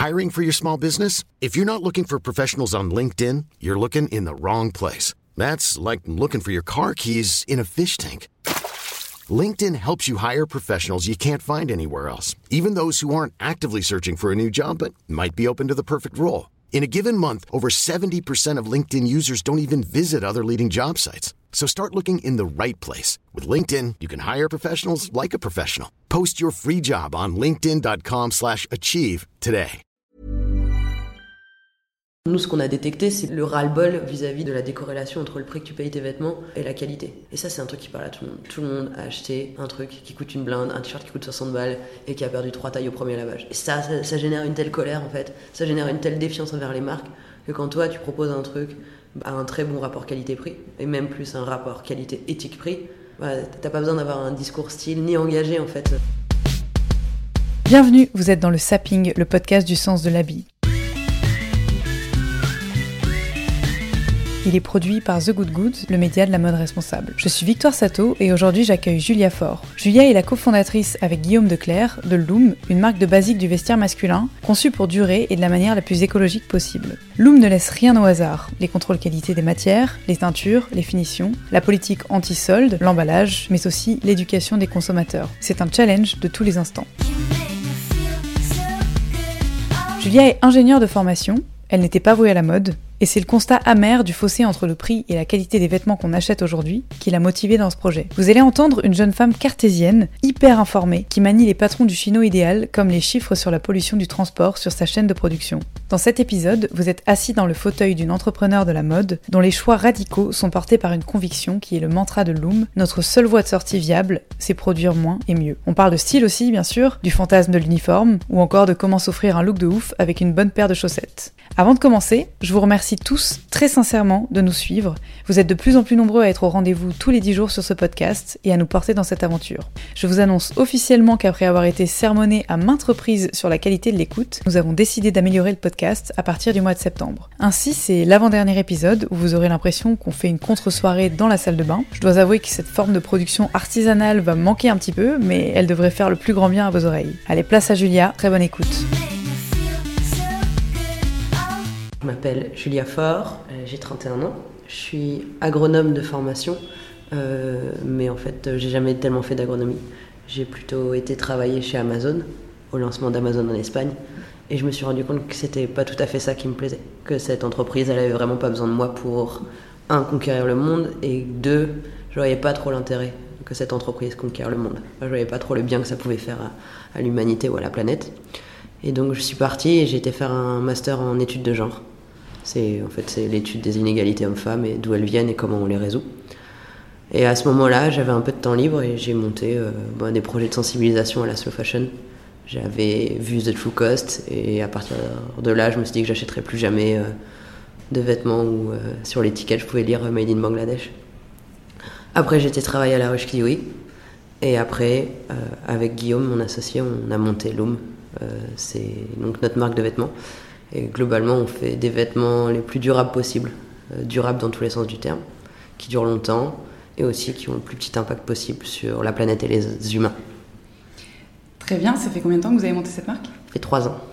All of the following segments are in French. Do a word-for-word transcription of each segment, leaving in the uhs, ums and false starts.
Hiring for your small business? If you're not looking for professionals on LinkedIn, you're looking in the wrong place. That's like looking for your car keys in a fish tank. LinkedIn helps you hire professionals you can't find anywhere else, even those who aren't actively searching for a new job but might be open to the perfect role. In a given month, over seventy percent of LinkedIn users don't even visit other leading job sites. So start looking in the right place. With LinkedIn, you can hire professionals like a professional. Post your free job on linkedin.com slash achieve today. Nous, ce qu'on a détecté, c'est le ras-le-bol vis-à-vis de la décorrélation entre le prix que tu payes tes vêtements et la qualité. Et ça, c'est un truc qui parle à tout le monde. Tout le monde a acheté un truc qui coûte une blinde, un t-shirt qui coûte soixante balles et qui a perdu trois tailles au premier lavage. Et ça, ça, ça génère une telle colère, en fait. Ça génère une telle défiance envers les marques que quand toi, tu proposes un truc à un très bon rapport qualité-prix, et même plus un rapport qualité-éthique-prix, bah, t'as pas besoin d'avoir un discours style ni engagé, en fait. Bienvenue, vous êtes dans le Sapping, le podcast du sens de l'habit. Il est produit par The Good Goods, le média de la mode responsable. Je suis Victoire Sato et aujourd'hui j'accueille Julia Faure. Julia est la cofondatrice avec Guillaume Declercq de Loom, une marque de basique du vestiaire masculin, conçue pour durer et de la manière la plus écologique possible. Loom ne laisse rien au hasard. Les contrôles qualité des matières, les teintures, les finitions, la politique anti-solde, l'emballage, mais aussi l'éducation des consommateurs. C'est un challenge de tous les instants. Julia est ingénieure de formation, elle n'était pas vouée à la mode, et c'est le constat amer du fossé entre le prix et la qualité des vêtements qu'on achète aujourd'hui qui l'a motivée dans ce projet. Vous allez entendre une jeune femme cartésienne, hyper informée, qui manie les patrons du chino idéal comme les chiffres sur la pollution du transport sur sa chaîne de production. Dans cet épisode, vous êtes assis dans le fauteuil d'une entrepreneure de la mode dont les choix radicaux sont portés par une conviction qui est le mantra de Loom, notre seule voie de sortie viable, c'est produire moins et mieux. On parle de style aussi, bien sûr, du fantasme de l'uniforme, ou encore de comment s'offrir un look de ouf avec une bonne paire de chaussettes. Avant de commencer, je vous remercie tous très sincèrement de nous suivre. Vous êtes de plus en plus nombreux à être au rendez-vous tous les dix jours sur ce podcast et à nous porter dans cette aventure. Je vous annonce officiellement qu'après avoir été sermonné à maintes reprises sur la qualité de l'écoute, nous avons décidé d'améliorer le podcast à partir du mois de septembre. Ainsi, c'est l'avant-dernier épisode où vous aurez l'impression qu'on fait une contre-soirée dans la salle de bain. Je dois avouer que cette forme de production artisanale va me manquer un petit peu, mais elle devrait faire le plus grand bien à vos oreilles. Allez, place à Julia, très bonne écoute. Je m'appelle Julia Faure, j'ai trente et un ans, je suis agronome de formation, euh, mais en fait j'ai jamais tellement fait d'agronomie. J'ai plutôt été travailler chez Amazon, au lancement d'Amazon en Espagne, et je me suis rendu compte que c'était pas tout à fait ça qui me plaisait, que cette entreprise elle avait vraiment pas besoin de moi pour, un, conquérir le monde, et deux, je voyais pas trop l'intérêt que cette entreprise conquiert le monde. Je voyais pas trop le bien que ça pouvait faire à, à l'humanité ou à la planète. Et donc je suis partie et j'ai été faire un master en études de genre. C'est, en fait, c'est l'étude des inégalités hommes-femmes et d'où elles viennent et comment on les résout. Et à ce moment-là, j'avais un peu de temps libre et j'ai monté euh, bon, des projets de sensibilisation à la slow fashion. J'avais vu The True Cost et à partir de là, je me suis dit que j'achèterais plus jamais euh, de vêtements où euh, sur l'étiquette je pouvais lire « Made in Bangladesh ». Après, j'ai été travailler à la Ruche Clioui et après, euh, avec Guillaume, mon associé, on a monté Loom. Euh, c'est donc notre marque de vêtements. Et globalement, on fait des vêtements les plus durables possibles, euh, durables dans tous les sens du terme, qui durent longtemps et aussi qui ont le plus petit impact possible sur la planète et les humains. Très bien, ça fait combien de temps que vous avez monté cette marque ? Ça fait trois ans.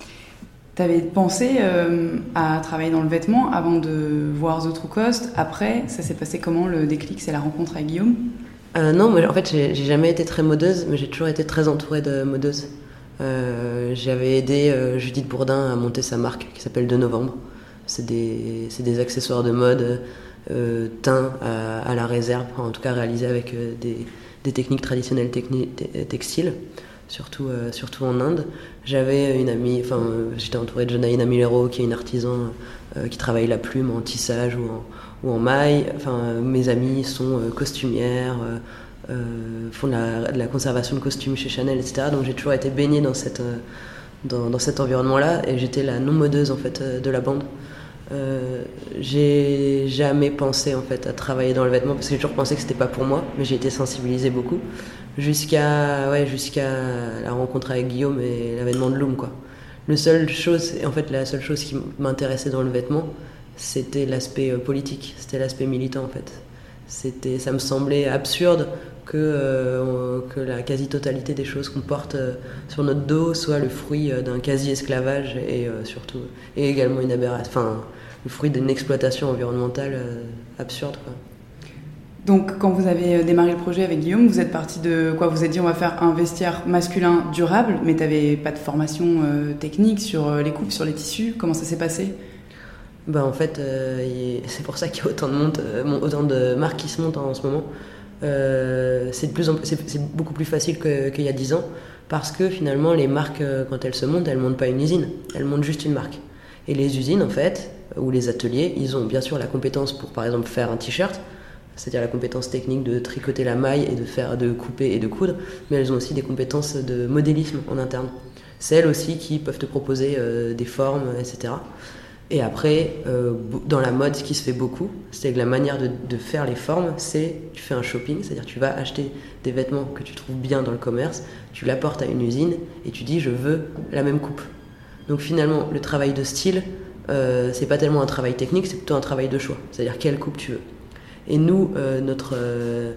Tu avais pensé euh, à travailler dans le vêtement avant de voir The True Cost. Après, ça s'est passé comment le déclic ? C'est la rencontre avec Guillaume ? euh, Non, moi, en fait, j'ai, j'ai jamais été très modeuse, mais j'ai toujours été très entourée de modeuses. Euh, j'avais aidé euh, Judith Bourdin à monter sa marque qui s'appelle De Novembre. C'est des, c'est des accessoires de mode euh, teints à, à la réserve, en tout cas réalisés avec euh, des, des techniques traditionnelles techni- textiles, surtout, euh, surtout en Inde. J'avais une amie, enfin euh, j'étais entourée de Jonaïna Milero qui est une artisan euh, qui travaille la plume en tissage ou en, ou en maille. Enfin, euh, mes amies sont euh, costumières. Euh, Euh, font de la, de la conservation de costumes chez Chanel, et cetera. Donc j'ai toujours été baignée dans, cette, euh, dans, dans cet environnement-là et j'étais la non-modeuse en fait, euh, de la bande. Euh, j'ai jamais pensé en fait, à travailler dans le vêtement parce que j'ai toujours pensé que c'était pas pour moi, mais j'ai été sensibilisée beaucoup jusqu'à, ouais, jusqu'à la rencontre avec Guillaume et l'avènement de Loom, quoi. Le seul chose, en fait, la seule chose qui m'intéressait dans le vêtement, c'était l'aspect euh, politique, c'était l'aspect militant en fait. C'était, ça me semblait absurde que, euh, que la quasi-totalité des choses qu'on porte euh, sur notre dos soit le fruit euh, d'un quasi-esclavage et euh, surtout et également une aberration, enfin le fruit d'une exploitation environnementale euh, absurde, quoi. Donc quand vous avez démarré le projet avec Guillaume, vous êtes parti de quoi? Vous vous êtes dit on va faire un vestiaire masculin durable, mais tu n'avais pas de formation euh, technique sur euh, les coupes, sur les tissus. Comment ça s'est passé? Ben, en fait, euh, c'est pour ça qu'il y a autant de, monte, euh, autant de marques qui se montent en, en ce moment. Euh, c'est, de plus en, c'est, c'est beaucoup plus facile que, qu'il y a dix ans, parce que finalement les marques, euh, quand elles se montent, elles ne montent pas une usine, elles montent juste une marque. Et les usines, en fait, ou les ateliers, ils ont bien sûr la compétence pour, par exemple, faire un t-shirt, c'est-à-dire la compétence technique de tricoter la maille et de, faire, de couper et de coudre, mais elles ont aussi des compétences de modélisme en interne. C'est elles aussi qui peuvent te proposer euh, des formes, et cetera. Et après, euh, dans la mode, ce qui se fait beaucoup, c'est que la manière de, de faire les formes, c'est tu fais un shopping, c'est-à-dire tu vas acheter des vêtements que tu trouves bien dans le commerce, tu l'apportes à une usine et tu dis je veux la même coupe. Donc finalement, le travail de style, euh, c'est pas tellement un travail technique, c'est plutôt un travail de choix, c'est-à-dire quelle coupe tu veux. Et nous, euh, notre, euh,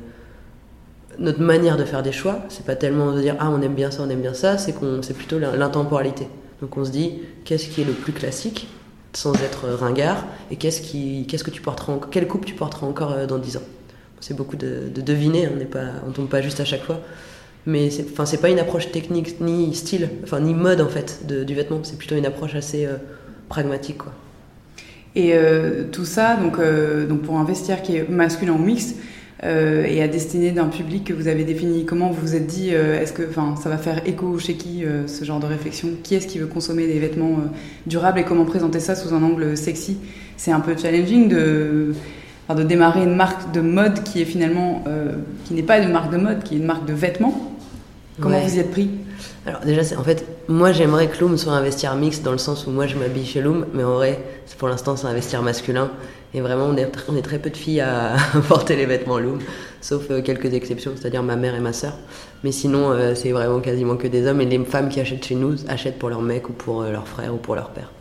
notre manière de faire des choix, c'est pas tellement de dire ah on aime bien ça, on aime bien ça, c'est, qu'on, c'est plutôt l'intemporalité. Donc on se dit qu'est-ce qui est le plus classique sans être ringard, et qu'est-ce, qui, qu'est-ce que tu porteras en, quelle coupe tu porteras encore dans dix ans. C'est beaucoup de, de deviner, on ne tombe pas juste à chaque fois, mais c'est, enfin, c'est pas une approche technique ni style, enfin ni mode en fait de, du vêtement, c'est plutôt une approche assez euh, pragmatique, quoi. Et euh, tout ça, donc, euh, donc pour un vestiaire qui est masculin ou mixte, euh, et à destinée d'un public que vous avez défini, comment vous vous êtes dit, euh, est-ce que ça va faire écho chez qui euh, ce genre de réflexion? Qui est-ce qui veut consommer des vêtements euh, durables et comment présenter ça sous un angle sexy? C'est un peu challenging de, enfin, de démarrer une marque de mode qui est finalement, euh, qui n'est pas une marque de mode, qui est une marque de vêtements. Comment ouais. vous y êtes pris? Alors déjà, c'est, en fait, moi j'aimerais que Loom soit un vestiaire mixte dans le sens où moi je m'habille chez Loom, mais en vrai, c'est, pour l'instant c'est un vestiaire masculin. Et vraiment, on est, on est très peu de filles à porter les vêtements Loom, sauf euh, quelques exceptions, c'est-à-dire ma mère et ma sœur. Mais sinon, euh, c'est vraiment quasiment que des hommes. Et les femmes qui achètent chez nous achètent pour leur mec ou pour euh, leur frère ou pour leur père.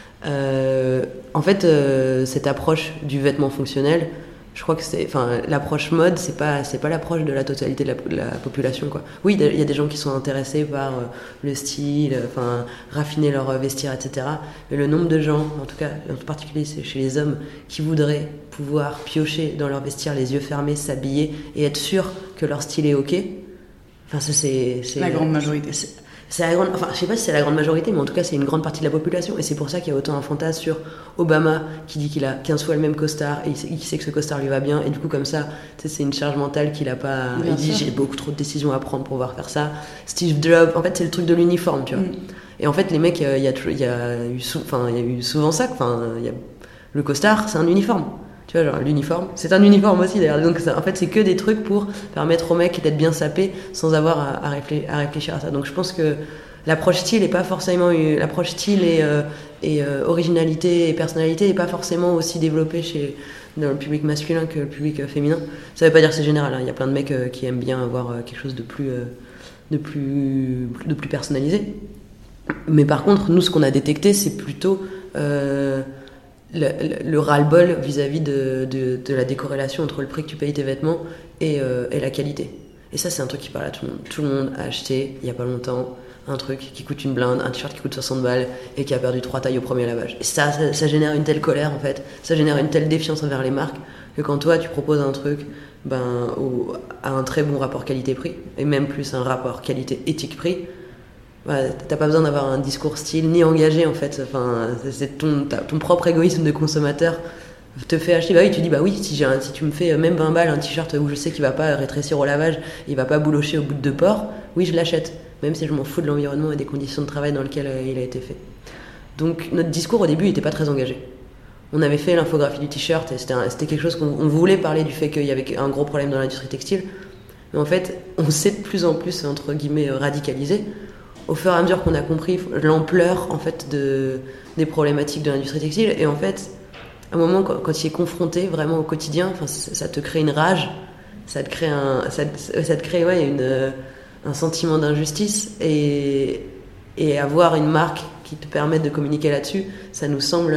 Euh, en fait, euh, cette approche du vêtement fonctionnel, je crois que c'est, enfin, l'approche mode, c'est pas, c'est pas l'approche de la totalité de la, de la population, quoi. Oui, il y a des gens qui sont intéressés par euh, le style, enfin, raffiner leur vestiaire, et cetera. Mais le nombre de gens, en tout cas, en particulier c'est chez les hommes, qui voudraient pouvoir piocher dans leur vestiaire, les yeux fermés, s'habiller et être sûr que leur style est ok. Enfin, ça c'est, c'est la grande majorité. C'est, c'est la grande, enfin, je sais pas si c'est la grande majorité, mais en tout cas, c'est une grande partie de la population. Et c'est pour ça qu'il y a autant un fantasme sur Obama qui dit qu'il a quinze fois le même costard et il sait, il sait que ce costard lui va bien. Et du coup, comme ça, tu sais, c'est une charge mentale qu'il a pas. Bien il dit sûr. J'ai beaucoup trop de décisions à prendre pour pouvoir faire ça. Steve Jobs, en fait, c'est le truc de l'uniforme, tu vois. Mm. Et en fait, les mecs, il euh, y, y, y a eu, enfin, il y a eu souvent ça. Enfin, y a le costard, c'est un uniforme. Tu vois, genre l'uniforme, c'est un uniforme aussi d'ailleurs. Donc ça, en fait, c'est que des trucs pour permettre aux mecs d'être bien sapés sans avoir à, à, réfléchir, à réfléchir à ça. Donc je pense que l'approche style est pas forcément l'approche style et, euh, et euh, originalité et personnalité est pas forcément aussi développée chez dans le public masculin que le public euh, féminin. Ça veut pas dire que c'est général. Il hein. y a plein de mecs euh, qui aiment bien avoir euh, quelque chose de plus euh, de plus de plus personnalisé. Mais par contre, nous, ce qu'on a détecté, c'est plutôt euh, Le, le, le ras-le-bol vis-à-vis de, de, de la décorrélation entre le prix que tu payes tes vêtements et, euh, et la qualité. Et ça, c'est un truc qui parle à tout le monde. Tout le monde a acheté, il n'y a pas longtemps, un truc qui coûte une blinde, un t-shirt qui coûte soixante balles et qui a perdu trois tailles au premier lavage. Et ça, ça, ça génère une telle colère, en fait. Ça génère une telle défiance envers les marques que quand toi, tu proposes un truc ben, au, à un très bon rapport qualité-prix, et même plus un rapport qualité-éthique-prix, ouais, t'as pas besoin d'avoir un discours style ni engagé en fait. Enfin, c'est ton, ton propre égoïsme de consommateur te fait acheter. Bah oui, tu dis bah oui, si, j'ai un, si tu me fais même vingt balles un t-shirt où je sais qu'il va pas rétrécir au lavage, il va pas boulocher au bout de deux ports, oui je l'achète, même si je m'en fous de l'environnement et des conditions de travail dans lesquelles il a été fait. Donc notre discours au début était pas très engagé. On avait fait l'infographie du t-shirt et c'était, un, c'était quelque chose qu'on on voulait parler du fait qu'il y avait un gros problème dans l'industrie textile, mais en fait on s'est de plus en plus entre guillemets radicalisé au fur et à mesure qu'on a compris l'ampleur en fait de, des problématiques de l'industrie textile. Et en fait, à un moment, quand, quand tu y es confronté vraiment au quotidien, enfin, ça, ça te crée une rage, ça te crée un, ça, ça te crée ouais, une, un sentiment d'injustice. Et, et avoir une marque qui te permet de communiquer là-dessus, ça nous semble,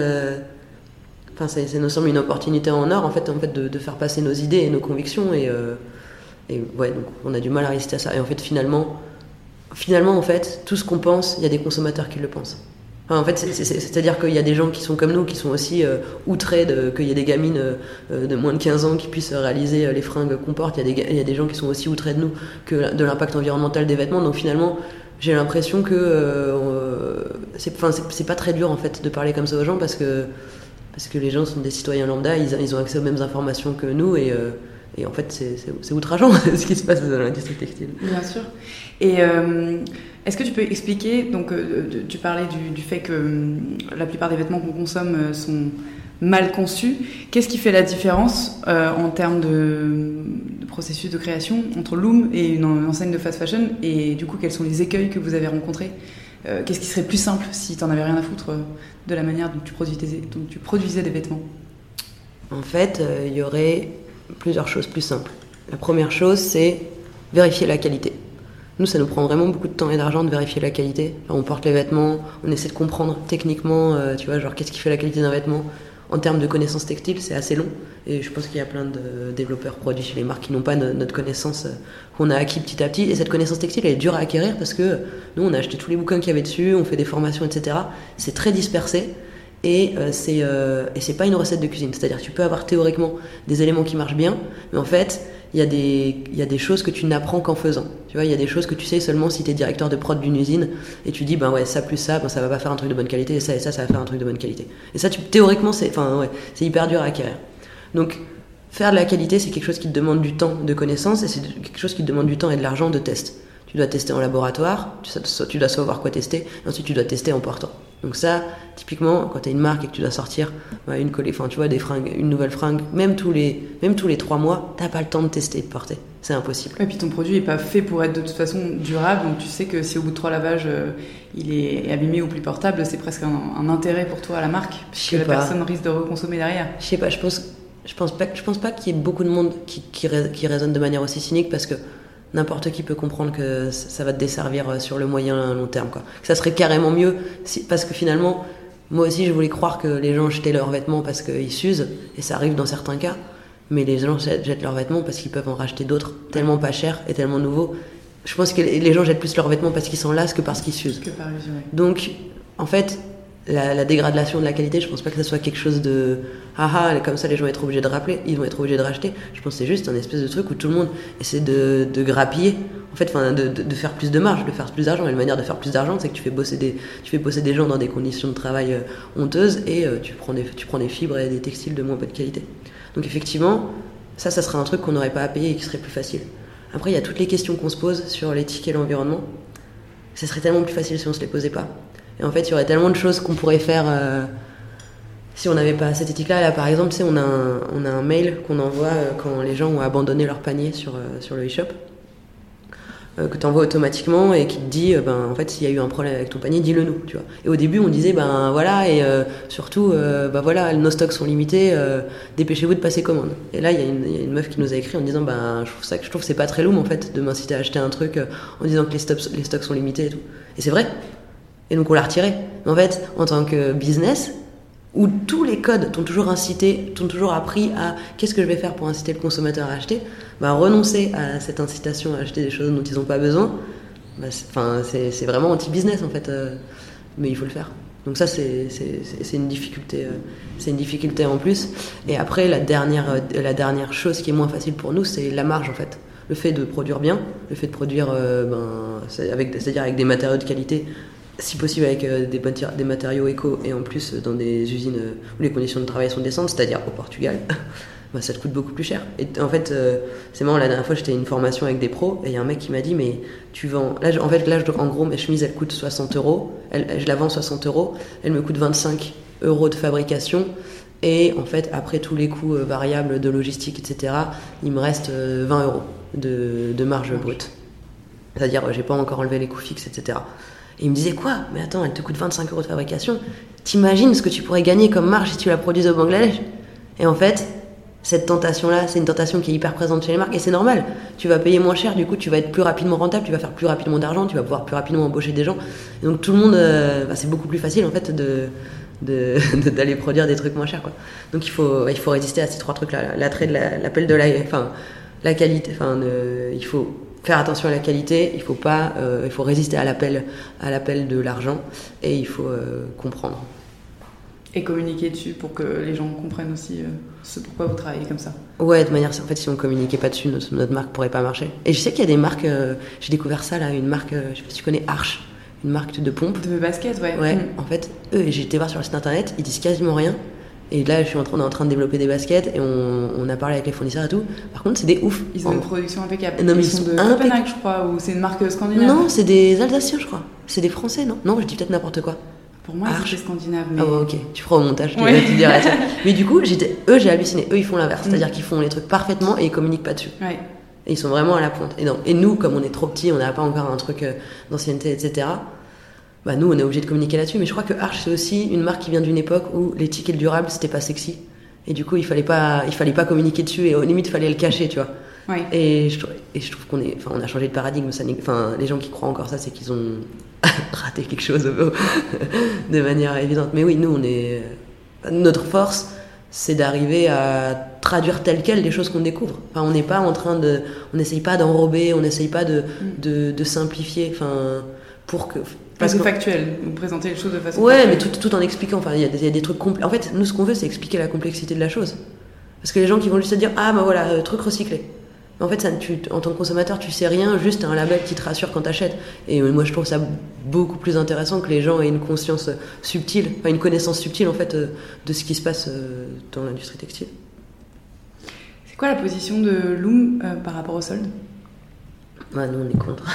enfin, ça, ça nous semble une opportunité en or en fait, en fait de, de faire passer nos idées et nos convictions. Et, euh, Et ouais, donc on a du mal à résister à ça. Et en fait, finalement, finalement en fait, tout ce qu'on pense, il y a des consommateurs qui le pensent. Enfin, en fait, c'est, c'est, c'est-à-dire qu'il y a des gens qui sont comme nous, qui sont aussi euh, outrés de, qu'il y ait des gamines euh, de moins de quinze ans qui puissent réaliser euh, les fringues qu'on porte. Il y a des, il y a des gens qui sont aussi outrés de nous que de l'impact environnemental des vêtements. Donc finalement, j'ai l'impression que euh, c'est, enfin, c'est, c'est pas très dur en fait de parler comme ça aux gens parce que, parce que les gens sont des citoyens lambda, ils, ils ont accès aux mêmes informations que nous et... Euh, Et en fait, c'est, c'est, c'est outrageant ce qui se passe dans l'industrie textile. Bien sûr. Et euh, est-ce que tu peux expliquer, donc euh, tu parlais du, du fait que euh, la plupart des vêtements qu'on consomme euh, sont mal conçus. Qu'est-ce qui fait la différence euh, en termes de, de processus de création entre Loom et une, une enseigne de fast fashion? Et du coup, quels sont les écueils que vous avez rencontrés? euh, Qu'est-ce qui serait plus simple si tu n'en avais rien à foutre euh, de la manière dont tu produisais, dont tu produisais des vêtements? En fait, il euh, y aurait plusieurs choses plus simples. La première chose, c'est vérifier la qualité. Nous, ça nous prend vraiment beaucoup de temps et d'argent de vérifier la qualité. Alors, on porte les vêtements, on essaie de comprendre techniquement, euh, tu vois, genre qu'est-ce qui fait la qualité d'un vêtement. En termes de connaissances textiles, c'est assez long. Et je pense qu'il y a plein de développeurs produits chez les marques qui n'ont pas no- notre connaissance euh, qu'on a acquis petit à petit. Et cette connaissance textile, elle est dure à acquérir parce que nous, on a acheté tous les bouquins qu'il y avait dessus, on fait des formations, et cetera. C'est très dispersé. Et, euh, c'est, euh, et c'est pas une recette de cuisine. C'est-à-dire que tu peux avoir théoriquement des éléments qui marchent bien, mais en fait, il y a des, il y a des choses que tu n'apprends qu'en faisant. Tu vois, il y a des choses que tu sais seulement si tu es directeur de prod d'une usine et tu dis, ben ouais, ça plus ça, ben ça va pas faire un truc de bonne qualité, et ça et ça, ça va faire un truc de bonne qualité. Et ça, tu, théoriquement, c'est, enfin, ouais, c'est hyper dur à acquérir. Donc, faire de la qualité, c'est quelque chose qui te demande du temps de connaissance et c'est quelque chose qui te demande du temps et de l'argent de test. Tu dois tester en laboratoire, tu, tu dois savoir quoi tester, et ensuite tu dois tester en portant. Donc ça, typiquement, quand tu as une marque et que tu dois sortir bah, une collée, enfin tu vois, des fringues, une nouvelle fringue, même tous les, même tous les trois mois, t'as pas le temps de tester et de porter. C'est impossible. Et puis ton produit est pas fait pour être de toute façon durable, donc tu sais que si au bout de trois lavages, euh, il est abîmé ou plus portable, c'est presque un, un intérêt pour toi à la marque, puisque la pas. personne risque de reconsommer derrière. Je sais pas, je pense, je pense pas, je pense pas qu'il y ait beaucoup de monde qui, qui, qui raisonne de manière aussi cynique parce que n'importe qui peut comprendre que ça va te desservir sur le moyen long terme, quoi. Que ça serait carrément mieux, si, parce que finalement, moi aussi je voulais croire que les gens jetaient leurs vêtements parce qu'ils s'usent, et ça arrive dans certains cas, mais les gens jettent leurs vêtements parce qu'ils peuvent en racheter d'autres, tellement pas chers et tellement nouveaux. Je pense que les gens jettent plus leurs vêtements parce qu'ils s'en lassent que parce qu'ils s'usent. Que par usure, ouais. Donc, en fait, la, la dégradation de la qualité, je pense pas que ça soit quelque chose de ah ah, comme ça les gens vont être obligés de rappeler, ils vont être obligés de racheter. Je pense que c'est juste un espèce de truc où tout le monde essaie de, de grappiller, en fait, enfin, de, de, de faire plus de marge, de faire plus d'argent. Et la manière de faire plus d'argent, c'est que tu fais bosser des, tu fais bosser des gens dans des conditions de travail euh, honteuses et euh, tu prends des, tu prends des fibres et des textiles de moins bonne qualité. Donc effectivement, ça, ça serait un truc qu'on n'aurait pas à payer et qui serait plus facile. Après, il y a toutes les questions qu'on se pose sur l'éthique et l'environnement. Ça serait tellement plus facile si on se les posait pas. Et en fait, il y aurait tellement de choses qu'on pourrait faire euh, si on n'avait pas cette éthique-là. Là, par exemple, tu sais, on a un, on a un mail qu'on envoie euh, quand les gens ont abandonné leur panier sur, euh, sur le e-shop, euh, que tu envoies automatiquement et qui te dit, euh, ben, en fait, s'il y a eu un problème avec ton panier, dis-le nous, tu vois. Et au début, on disait, ben voilà, et euh, surtout, euh, ben voilà, nos stocks sont limités, euh, dépêchez-vous de passer commande. Et là, il y, y a une meuf qui nous a écrit en disant, ben, je trouve ça, je trouve que c'est pas très lourd, en fait, de m'inciter à acheter un truc euh, en disant que les stocks, les stocks sont limités et tout. Et c'est vrai. Et donc on l'a retiré. Mais en fait, en tant que business, où tous les codes t'ont toujours incité, t'ont toujours appris à qu'est-ce que je vais faire pour inciter le consommateur à acheter, bah renoncer à cette incitation à acheter des choses dont ils n'ont pas besoin, bah c'est, enfin, c'est, c'est vraiment anti-business en fait. Euh, mais il faut le faire. Donc ça, c'est, c'est, c'est, c'est une difficulté, euh, c'est une difficulté en plus. Et après, la dernière, euh, la dernière chose qui est moins facile pour nous, c'est la marge en fait. Le fait de produire bien, le fait de produire, euh, ben, c'est avec, c'est-à-dire avec des matériaux de qualité, si possible avec euh, des, matéri- des matériaux éco et en plus dans des usines euh, où les conditions de travail sont décentes, c'est-à-dire au Portugal, bah, ça te coûte beaucoup plus cher. Et en fait, euh, c'est marrant, la dernière fois j'étais à une formation avec des pros et il y a un mec qui m'a dit, mais tu vends. Là, je, en fait, là, je, en gros, ma chemise elle coûte soixante euros, elle, je la vends soixante euros, elle me coûte vingt-cinq euros de fabrication. Et en fait, après tous les coûts euh, variables de logistique, et cetera, il me reste euh, vingt euros de, de marge brute. C'est-à-dire, euh, j'ai pas encore enlevé les coûts fixes, et cetera. Et il me disait, quoi ? Mais attends, elle te coûte vingt-cinq euros de fabrication. T'imagines ce que tu pourrais gagner comme marge si tu la produisais au Bangladesh ? Et en fait, cette tentation-là, c'est une tentation qui est hyper présente chez les marques. Et c'est normal. Tu vas payer moins cher, du coup, tu vas être plus rapidement rentable, tu vas faire plus rapidement d'argent, tu vas pouvoir plus rapidement embaucher des gens. Et donc tout le monde, euh, bah, c'est beaucoup plus facile en fait de, de, de, d'aller produire des trucs moins chers, quoi. Donc il faut, il faut résister à ces trois trucs-là. L'attrait de la, l'appel de la, enfin, la qualité, enfin, euh, il faut faire attention à la qualité, il faut pas, euh, il faut résister à l'appel, à l'appel de l'argent, et il faut euh, comprendre. Et communiquer dessus pour que les gens comprennent aussi euh, ce pourquoi vous travaillez comme ça. Ouais, de manière, en fait, si on communiquait pas dessus, notre, notre marque pourrait pas marcher. Et je sais qu'il y a des marques, euh, j'ai découvert ça là, une marque, euh, je sais pas si tu connais Arch, une marque de pompe. De basket, ouais. Ouais, mmh. En fait, eux, j'ai été voir sur le site internet, ils disent quasiment rien. Et là, je suis en train, on est en train de développer des baskets et on, on a parlé avec les fournisseurs et tout. Par contre, c'est des ouf. Ils ont en... une production impeccable. Non, mais ils, ils sont, sont de impeccable. Copenhague, je crois, ou c'est une marque scandinave. Non, c'est des Alsaciens, je crois. C'est des Français, non? Non, je dis peut-être n'importe quoi. Pour moi, c'est scandinave. Mais... Ah ouais, ok. Tu feras au montage, tu ouais. vas te dire. Mais du coup, j'étais, eux, j'ai halluciné. Eux, ils font l'inverse. C'est-à-dire qu'ils font les trucs parfaitement et ils communiquent pas dessus. Ouais. Et ils sont vraiment à la pointe. Et, non. Et nous, comme on est trop petits, on n'a pas encore un truc euh, d'ancienneté, et cetera. Bah, nous, on est obligé de communiquer là-dessus. Mais je crois que Arch, c'est aussi une marque qui vient d'une époque où l'éthique et le durable, c'était pas sexy. Et du coup, il fallait pas, il fallait pas communiquer dessus. Et au limite, il fallait le cacher, tu vois. Ouais. Et, je, et je trouve qu'on est, enfin, on a changé de paradigme. Ça, enfin, les gens qui croient encore ça, c'est qu'ils ont raté quelque chose de manière évidente. Mais oui, nous, on est, notre force, c'est d'arriver à traduire tel quel les choses qu'on découvre. Enfin, on n'est pas en train de, on n'essaye pas d'enrober, on n'essaye pas de, mm. de, de simplifier. Enfin, pour que parce que factuel, vous présentez les choses de façon ouais, factuelle. mais tout, tout en expliquant. Enfin, il y a des, il y a des trucs complexes. En fait, nous, ce qu'on veut, c'est expliquer la complexité de la chose. Parce que les gens qui vont juste se dire ah ben voilà, euh, truc recyclé. En fait, ça, tu, en tant que consommateur, tu sais rien, juste un label qui te rassure quand t'achètes. Et euh, moi, je trouve ça beaucoup plus intéressant que les gens aient une conscience euh, subtile, enfin une connaissance subtile en fait euh, de ce qui se passe euh, dans l'industrie textile. C'est quoi la position de Loom euh, par rapport au solde? Ouais, nous, on est contre.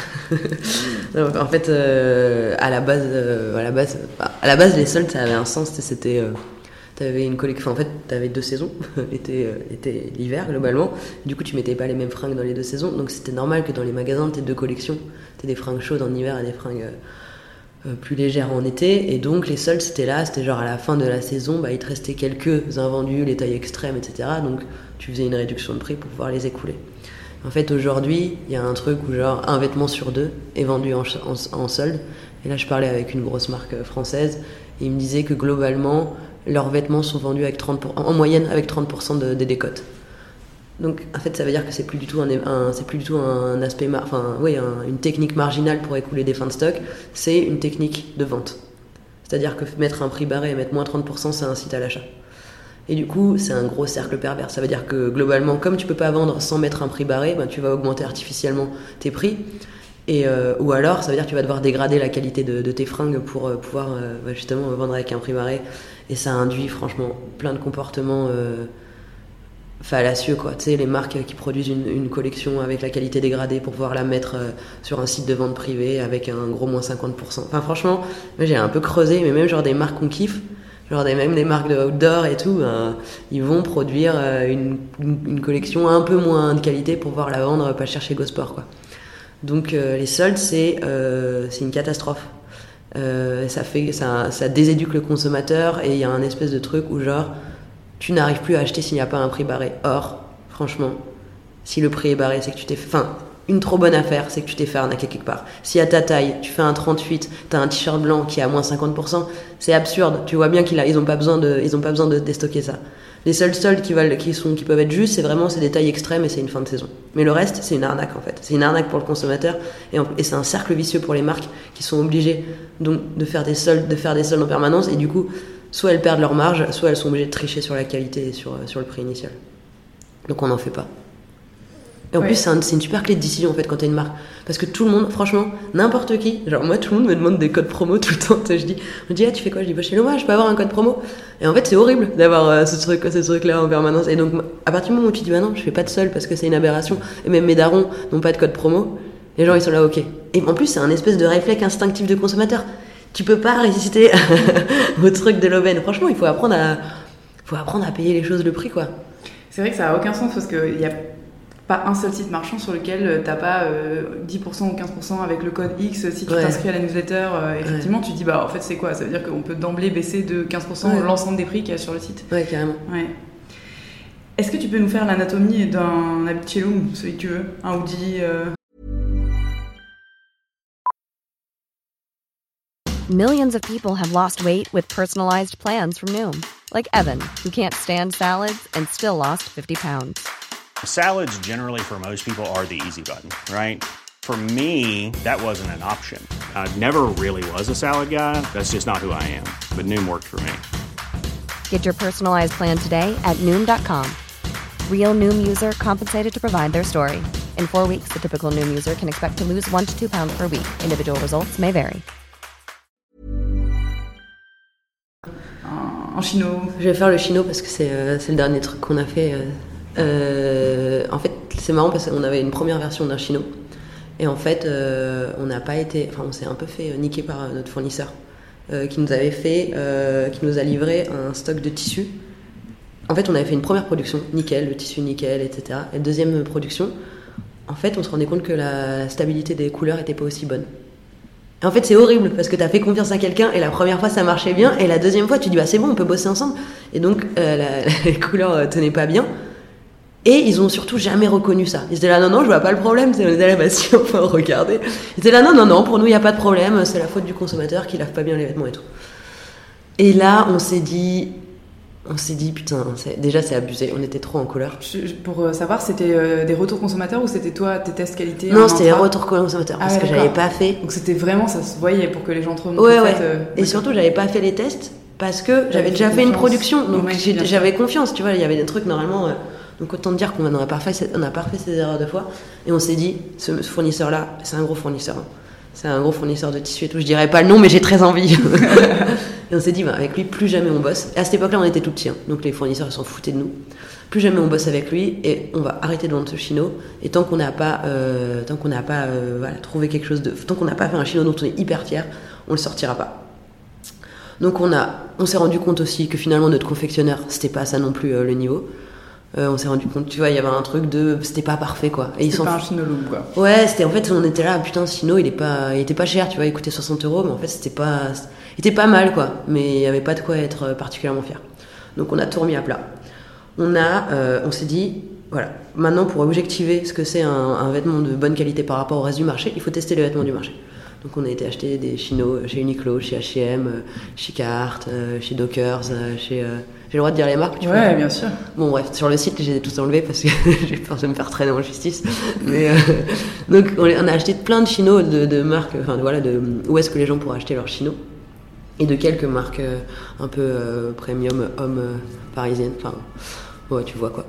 Donc, en fait, euh, à la base, euh, à la base, bah, à la base, les soldes, ça avait un sens. C'était euh, t'avais une collection, enfin, en fait, t'avais deux saisons, l'été, euh, l'été, l'hiver globalement. Du coup, tu mettais pas les mêmes fringues dans les deux saisons, donc c'était normal que dans les magasins, t'aies deux collections, t'aies des fringues chaudes en hiver et des fringues euh, plus légères en été. Et donc les soldes, c'était là, c'était genre à la fin de la saison, bah, il te restait quelques invendus, les tailles extrêmes, et cetera. Donc tu faisais une réduction de prix pour pouvoir les écouler. En fait, aujourd'hui, il y a un truc où genre un vêtement sur deux est vendu en, en, en solde. Et là, je parlais avec une grosse marque française et ils me disaient que globalement, leurs vêtements sont vendus avec trente pour cent, en moyenne avec trente pour cent de, des décotes. Donc, en fait, ça veut dire que c'est plus du tout un, un c'est plus du tout un aspect, mar, enfin, oui, un, une technique marginale pour écouler des fins de stock. C'est une technique de vente. C'est-à-dire que mettre un prix barré et mettre moins trente pour cent, ça incite à l'achat. Et du coup, c'est un gros cercle pervers. Ça veut dire que globalement, comme tu peux pas vendre sans mettre un prix barré, ben, tu vas augmenter artificiellement tes prix. Et, euh, ou alors, ça veut dire que tu vas devoir dégrader la qualité de, de tes fringues pour euh, pouvoir euh, bah, justement vendre avec un prix barré. Et ça induit franchement plein de comportements euh, fallacieux, quoi. Tu sais, les marques qui produisent une, une collection avec la qualité dégradée pour pouvoir la mettre euh, sur un site de vente privé avec un gros moins cinquante pour cent. Enfin, franchement, moi, j'ai un peu creusé, mais même genre des marques qu'on kiffe, genre des, même des marques de outdoor et tout, ben, ils vont produire euh, une, une, une collection un peu moins de qualité pour pouvoir la vendre pas cher chez Gosport, quoi. Donc euh, les soldes, c'est, euh, c'est une catastrophe. Euh, ça, fait, ça, ça déséduque le consommateur et il y a un espèce de truc où genre tu n'arrives plus à acheter s'il n'y a pas un prix barré. Or, franchement, si le prix est barré, c'est que tu t'es... Enfin, une trop bonne affaire, c'est que tu t'es fait arnaquer quelque part. Si à ta taille, tu fais un trente-huit, t'as un t-shirt blanc qui est à moins cinquante pour cent, c'est absurde. Tu vois bien qu'ils n'ont pas besoin de, ils ont pas besoin de déstocker ça. Les seuls soldes qui, valent, qui, sont, qui peuvent être justes, c'est vraiment c'est des tailles extrêmes et c'est une fin de saison. Mais le reste, c'est une arnaque en fait. C'est une arnaque pour le consommateur et, en, et c'est un cercle vicieux pour les marques qui sont obligées donc, de, faire des soldes, de faire des soldes en permanence et du coup, soit elles perdent leur marge, soit elles sont obligées de tricher sur la qualité et sur, sur le prix initial. Donc on n'en fait pas. Et en ouais. plus, c'est, un, c'est une super clé de décision en fait quand t'es une marque. Parce que tout le monde, franchement, n'importe qui, genre moi, tout le monde me demande des codes promo tout le temps. Je dis, je dis, ah, tu fais quoi? Je dis, bah, chez moi, je peux avoir un code promo. Et en fait, c'est horrible d'avoir euh, ce truc, ce truc-là en permanence. Et donc, à partir du moment où tu dis, bah non, je fais pas de solde parce que c'est une aberration, et même mes darons n'ont pas de code promo, les gens ils sont là, ok. Et en plus, c'est un espèce de réflexe instinctif de consommateur. Tu peux pas résister au truc de l'aubaine. Franchement, il faut apprendre à, faut apprendre à payer les choses le prix, quoi. C'est vrai que ça a aucun sens parce que il y a pas un seul site marchand sur lequel t'as pas euh, dix pour cent ou quinze pour cent avec le code X. Si tu ouais. t'inscris à la newsletter, euh, effectivement, ouais. tu dis, bah en fait, c'est quoi? Ça veut dire qu'on peut d'emblée baisser de quinze pour cent ouais. l'ensemble des prix qu'il y a sur le site. Ouais, carrément. Ouais. Est-ce que tu peux nous faire l'anatomie d'un habit de chez Loom, celui que tu veux? Un hoodie euh... Millions of people have lost weight with personalized plans from Noom. Like Evan, who can't stand salads and still lost fifty pounds. Salads generally for most people are the easy button, right? For me, that wasn't an option. I never really was a salad guy. That's just not who I am. But Noom worked for me. Get your personalized plan today at Noom dot com. Real Noom user compensated to provide their story. In four weeks, the typical Noom user can expect to lose one to two pounds per week. Individual results may vary. En chino. Je vais faire le chino parce que c'est, euh, c'est le dernier truc qu'on a fait. Euh, euh, en fait, c'est marrant parce qu'on avait une première version d'un chino. Et en fait, euh, on n'a pas été, enfin, on s'est un peu fait niquer par notre fournisseur euh, qui nous avait fait, euh, qui nous a livré un stock de tissus. En fait, on avait fait une première production, nickel, le tissu nickel, et cetera. Et deuxième production, en fait, on se rendait compte que la stabilité des couleurs était pas aussi bonne. Et en fait, c'est horrible parce que t'as fait confiance à quelqu'un et la première fois ça marchait bien et la deuxième fois tu dis bah c'est bon, on peut bosser ensemble. Et donc euh, la, les couleurs euh, tenaient pas bien. Et ils ont surtout jamais reconnu ça. Ils étaient là, non, non, je vois pas le problème. On était là, bah si, enfin, regardez. Ils étaient là, non, non, non, pour nous, il n'y a pas de problème. C'est la faute du consommateur qui lave pas bien les vêtements et tout. Et là, on s'est dit, on s'est dit, putain, c'est, déjà, c'est abusé. On était trop en colère. Je, pour savoir, c'était euh, des retours consommateurs ou c'était toi, tes tests qualité? Non, c'était des retours consommateurs parce ah, ouais, que j'avais pas fait. Donc c'était vraiment, ça se voyait pour que les gens te remontent. Ouais, ouais. Fait, euh, et surtout, j'avais pas fait les tests parce que j'avais, j'avais déjà fait une production. Donc ouais, j'avais confiance, tu vois. Il y avait des trucs, normalement. Euh, Donc autant dire qu'on n'a pas fait, on n'a pas fait ces erreurs deux fois. Et on s'est dit, ce fournisseur-là, c'est un gros fournisseur. C'est un gros fournisseur de tissu et tout. Je dirais pas le nom, mais j'ai très envie. Et on s'est dit, bah, avec lui, plus jamais on bosse. Et à cette époque-là, on était tout petits. Hein, donc les fournisseurs, ils s'en foutaient de nous. Plus jamais on bosse avec lui et on va arrêter de vendre ce chino. Et tant qu'on n'a pas, euh, tant qu'on n'a pas euh, voilà, trouvé quelque chose de... Tant qu'on n'a pas fait un chino dont on est hyper fier, on le sortira pas. Donc on, a, on s'est rendu compte aussi que finalement, notre confectionneur, c'était pas ça non plus euh, le niveau. Euh, on s'est rendu compte, tu vois, il y avait un truc de, c'était pas parfait quoi. Et c'était ils sont pas un chino loom quoi. Ouais, c'était en fait, on était là, putain, ce chino, il est pas, il était pas cher, tu vois, il coûtait soixante euros, mais en fait, c'était pas, il était pas mal quoi, mais il y avait pas de quoi être particulièrement fier. Donc on a tout remis à plat. On a, euh, on s'est dit, voilà, maintenant pour objectiver ce que c'est un, un vêtement de bonne qualité par rapport au reste du marché, il faut tester les vêtements du marché. Donc on a été acheter des chinos chez Uniqlo, chez H et M, chez Carhartt, chez Dockers, chez... J'ai le droit de dire les marques, tu vois. Ouais, bien sûr. Bon, bref, sur le site, j'ai tout enlevé parce que j'ai peur de me faire traîner en justice. Mais euh, donc, on a acheté plein de chinos de, de marques, enfin voilà, de où est-ce que les gens pourraient acheter leurs chinos et de quelques marques euh, un peu euh, premium, hommes euh, parisiennes. Enfin, ouais, tu vois quoi.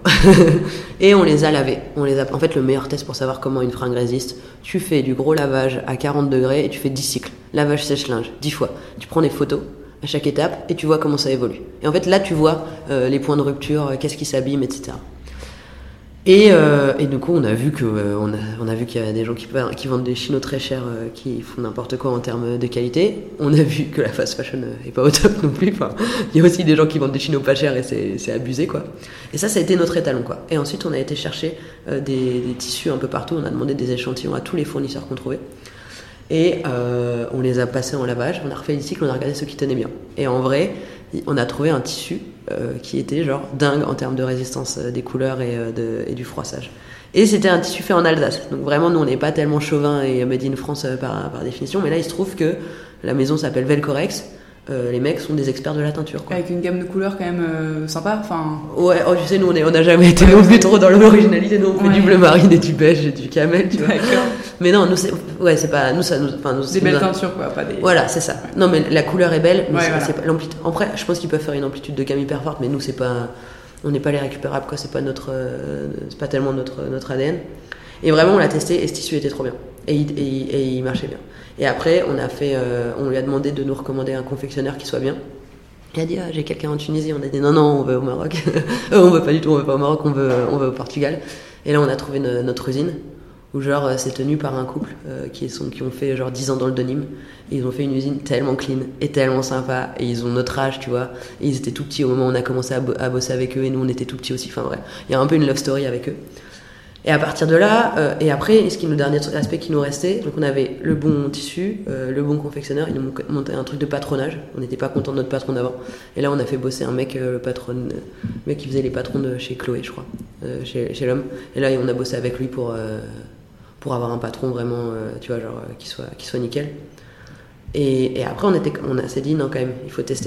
Et on les a lavés. On les a. En fait, le meilleur test pour savoir comment une fringue résiste, tu fais du gros lavage à quarante degrés et tu fais dix cycles. Lavage sèche-linge, dix fois. Tu prends des photos à chaque étape et tu vois comment ça évolue. Et en fait là tu vois euh, les points de rupture, euh, qu'est-ce qui s'abîme, et cetera. Et, euh, et du coup on a vu que euh, on, a, on a vu qu'il y a des gens qui, qui vendent des chinos très chers, euh, qui font n'importe quoi en termes de qualité. On a vu que la fast fashion euh, est pas au top non plus. Enfin, il y a aussi des gens qui vendent des chinos pas chers et c'est, c'est abusé quoi. Et ça, ça a été notre étalon quoi. Et ensuite on a été chercher euh, des, des tissus un peu partout. On a demandé des échantillons à tous les fournisseurs qu'on trouvait. Et euh, on les a passés en lavage, on a refait les cycles, on a regardé ceux qui tenaient bien. Et en vrai, on a trouvé un tissu euh, qui était genre dingue en termes de résistance euh, des couleurs et, euh, de, et du froissage. Et c'était un tissu fait en Alsace. Donc vraiment, nous, on n'est pas tellement chauvin et made in France euh, par, par définition. Mais là, il se trouve que la maison s'appelle Velcorex. Euh, les mecs sont des experts de la teinture quoi. Avec une gamme de couleurs quand même euh, sympa, enfin... Ouais, oh, tu sais, nous on est, on n'a jamais été non plus trop dans l'originalité, nous on fait ouais. du bleu marine et du beige et du camel, tu vois. D'accord. Mais non, nous c'est, ouais, c'est pas, nous ça nous, enfin nous. Des belles nous, teintures quoi, pas des. Voilà, c'est ça. Ouais. Non mais la couleur est belle, mais ouais, c'est, voilà. c'est pas l'amplitude. Après, je pense qu'ils peuvent faire une amplitude de gamme hyper forte, mais nous c'est pas, on n'est pas les récupérables quoi, c'est pas notre, euh, c'est pas tellement notre notre A D N. Et vraiment on l'a testé et ce tissu était trop bien et il, et, et il marchait bien. Et après on a fait, euh, on lui a demandé de nous recommander un confectionneur qui soit bien. Il a dit ah, j'ai quelqu'un en Tunisie, on a dit non non on veut au Maroc, on veut pas du tout, on veut pas au Maroc, on veut on veut au Portugal. Et là on a trouvé no, notre usine où genre c'est tenu par un couple euh, qui sont qui ont fait genre dix ans dans le denim et ils ont fait une usine tellement clean et tellement sympa et ils ont notre âge tu vois et ils étaient tout petits au moment où on a commencé à, bo- à bosser avec eux et nous on était tout petits aussi, enfin ouais il y a un peu une love story avec eux. Et à partir de là, euh, et après, ce qui nous, le dernier aspect qui nous restait, donc on avait le bon tissu, euh, le bon confectionneur, il nous montait un truc de patronage, on n'était pas content de notre patron d'avant. Et là, on a fait bosser un mec, euh, le patron, euh, le mec qui faisait les patrons de chez Chloé, je crois, euh, chez, chez l'homme. Et là, on a bossé avec lui pour, euh, pour avoir un patron vraiment, euh, tu vois, genre, euh, qui soit, qui soit nickel. Et, et après, on, était, on a, s'est dit, non, quand même, il faut tester.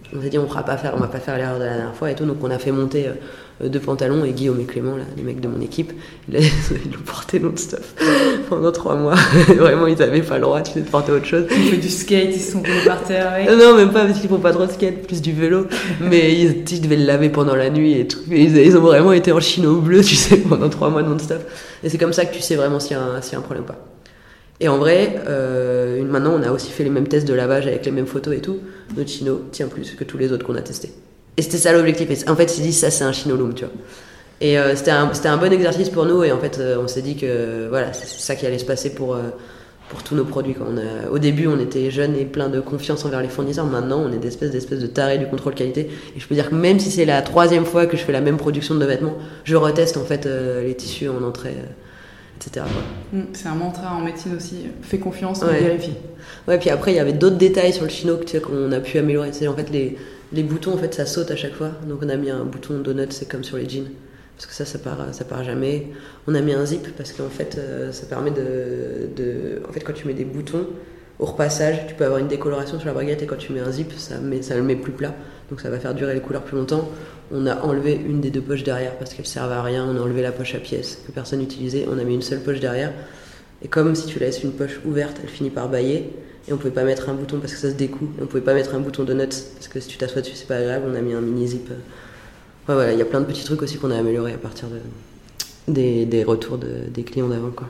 On s'est dit on fera pas faire, on va pas faire l'erreur de la dernière fois et tout, donc on a fait monter euh, deux pantalons et Guillaume et Clément, là, les mecs de mon équipe, ils l'ont porté non-stop pendant trois mois. Vraiment, ils avaient pas le droit, tu sais, de porter autre chose. Ils ont fait du skate, ils se sont roulés par terre avec. Non, même pas parce qu'ils font pas trop de skate, plus du vélo. Mais ils, ils devaient le laver pendant la nuit et tout. Et ils, ils ont vraiment été en chino bleu, tu sais, pendant trois mois non-stop. Et c'est comme ça que tu sais vraiment s'il y a un, s'il y a un problème ou pas. Et en vrai, euh, maintenant, on a aussi fait les mêmes tests de lavage avec les mêmes photos et tout. Notre chino tient plus que tous les autres qu'on a testés. Et c'était ça l'objectif. Et en fait, ils se disent, ça, c'est un chino loom, tu vois. Et euh, c'était, un, c'était un bon exercice pour nous. Et en fait, euh, on s'est dit que voilà, c'est, c'est ça qui allait se passer pour, euh, pour tous nos produits. Quoi. On a, au début, on était jeunes et plein de confiance envers les fournisseurs. Maintenant, on est des espèces, des espèces de tarés du contrôle qualité. Et je peux dire que même si c'est la troisième fois que je fais la même production de vêtements, je reteste en fait euh, les tissus en entrée. Euh, et cetera. C'est un mantra en médecine aussi, fais confiance, ouais. vérifie. Ouais, puis après il y avait d'autres détails sur le chino que, tu sais, qu'on a pu améliorer. Tu sais, en fait les, les boutons en fait ça saute à chaque fois, donc on a mis un bouton donut, c'est comme sur les jeans, parce que ça ça part, ça part jamais. On a mis un zip parce qu'en fait euh, ça permet de, de, en fait quand tu mets des boutons au repassage, tu peux avoir une décoloration sur la baguette et quand tu mets un zip, ça met, ça le met plus plat, donc ça va faire durer les couleurs plus longtemps. On a enlevé une des deux poches derrière parce qu'elle servait à rien. On a enlevé la poche à pièces que personne n'utilisait. On a mis une seule poche derrière. Et comme si tu laisses une poche ouverte, elle finit par bâiller. Et on pouvait pas mettre un bouton parce que ça se découle. Et on pouvait pas mettre un bouton de nuts parce que si tu t'assois dessus, c'est pas agréable. On a mis un mini zip. Ouais, voilà, il y a plein de petits trucs aussi qu'on a améliorés à partir de, des, des retours de, des clients d'avant, quoi.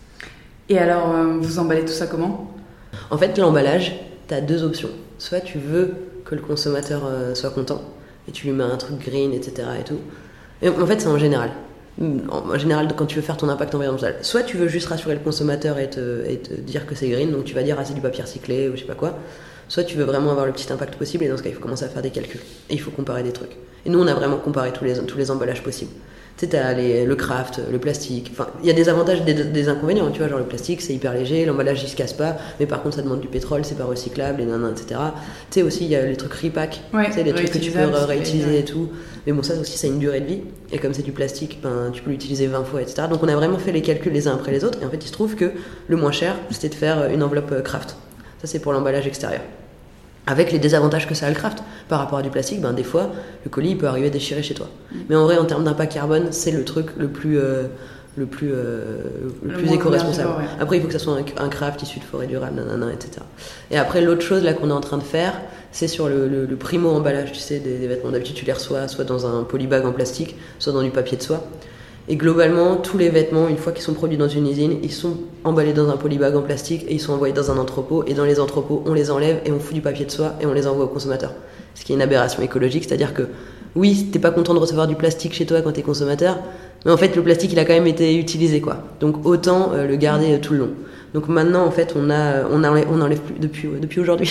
Et alors, euh, vous emballez tout ça comment ? En fait, l'emballage, t'as deux options. Soit tu veux que le consommateur euh, soit content. Et tu lui mets un truc green, et cetera et tout. Et en fait, c'est en général. En général, quand tu veux faire ton impact environnemental, soit tu veux juste rassurer le consommateur et te, et te dire que c'est green, donc tu vas dire ah c'est du papier recyclé ou je sais pas quoi. Soit tu veux vraiment avoir le petit impact possible et dans ce cas, il faut commencer à faire des calculs. Et il faut comparer des trucs. Et nous, on a vraiment comparé tous les, tous les emballages possibles. Tu sais, t'as les, le craft, le plastique. Enfin, il y a des avantages et des, des inconvénients. Tu vois, genre le plastique, c'est hyper léger, l'emballage, il se casse pas, mais par contre, ça demande du pétrole, c'est pas recyclable, et nanana, et cetera. Tu sais, aussi, il y a les trucs repack. Ouais, tu sais, les trucs que tu peux réutiliser et tout. Mais bon, ça aussi, ça a une durée de vie. Et comme c'est du plastique, ben, tu peux l'utiliser vingt fois, et cetera. Donc, on a vraiment fait les calculs les uns après les autres. Et en fait, il se trouve que le moins cher, c'était de faire une enveloppe craft. Ça, c'est pour l'emballage extérieur. Avec les désavantages que ça a le craft. Par rapport à du plastique, ben, des fois, le colis il peut arriver déchiré chez toi. Mmh. Mais en vrai, en termes d'impact carbone, c'est le truc le plus, euh, le plus, euh, le le plus éco-responsable. Ouais. Après, il faut que ça soit un, un craft issu de forêt durable, nanana, et cetera. Et après, l'autre chose là qu'on est en train de faire, c'est sur le, le, le primo-emballage, tu sais, des, des vêtements. D'habitude, tu les reçois soit dans un polybag en plastique, soit dans du papier de soie. Et globalement, tous les vêtements, une fois qu'ils sont produits dans une usine, ils sont emballés dans un polybag en plastique et ils sont envoyés dans un entrepôt. Et dans les entrepôts, on les enlève et on fout du papier de soie et on les envoie aux consommateurs. Ce qui est une aberration écologique, c'est-à-dire que oui, t'es pas content de recevoir du plastique chez toi quand t'es consommateur, mais en fait, le plastique, il a quand même été utilisé, quoi. Donc autant euh, le garder euh, tout le long. Donc maintenant, en fait, on a, on enlève, on enlève plus depuis, euh, depuis aujourd'hui.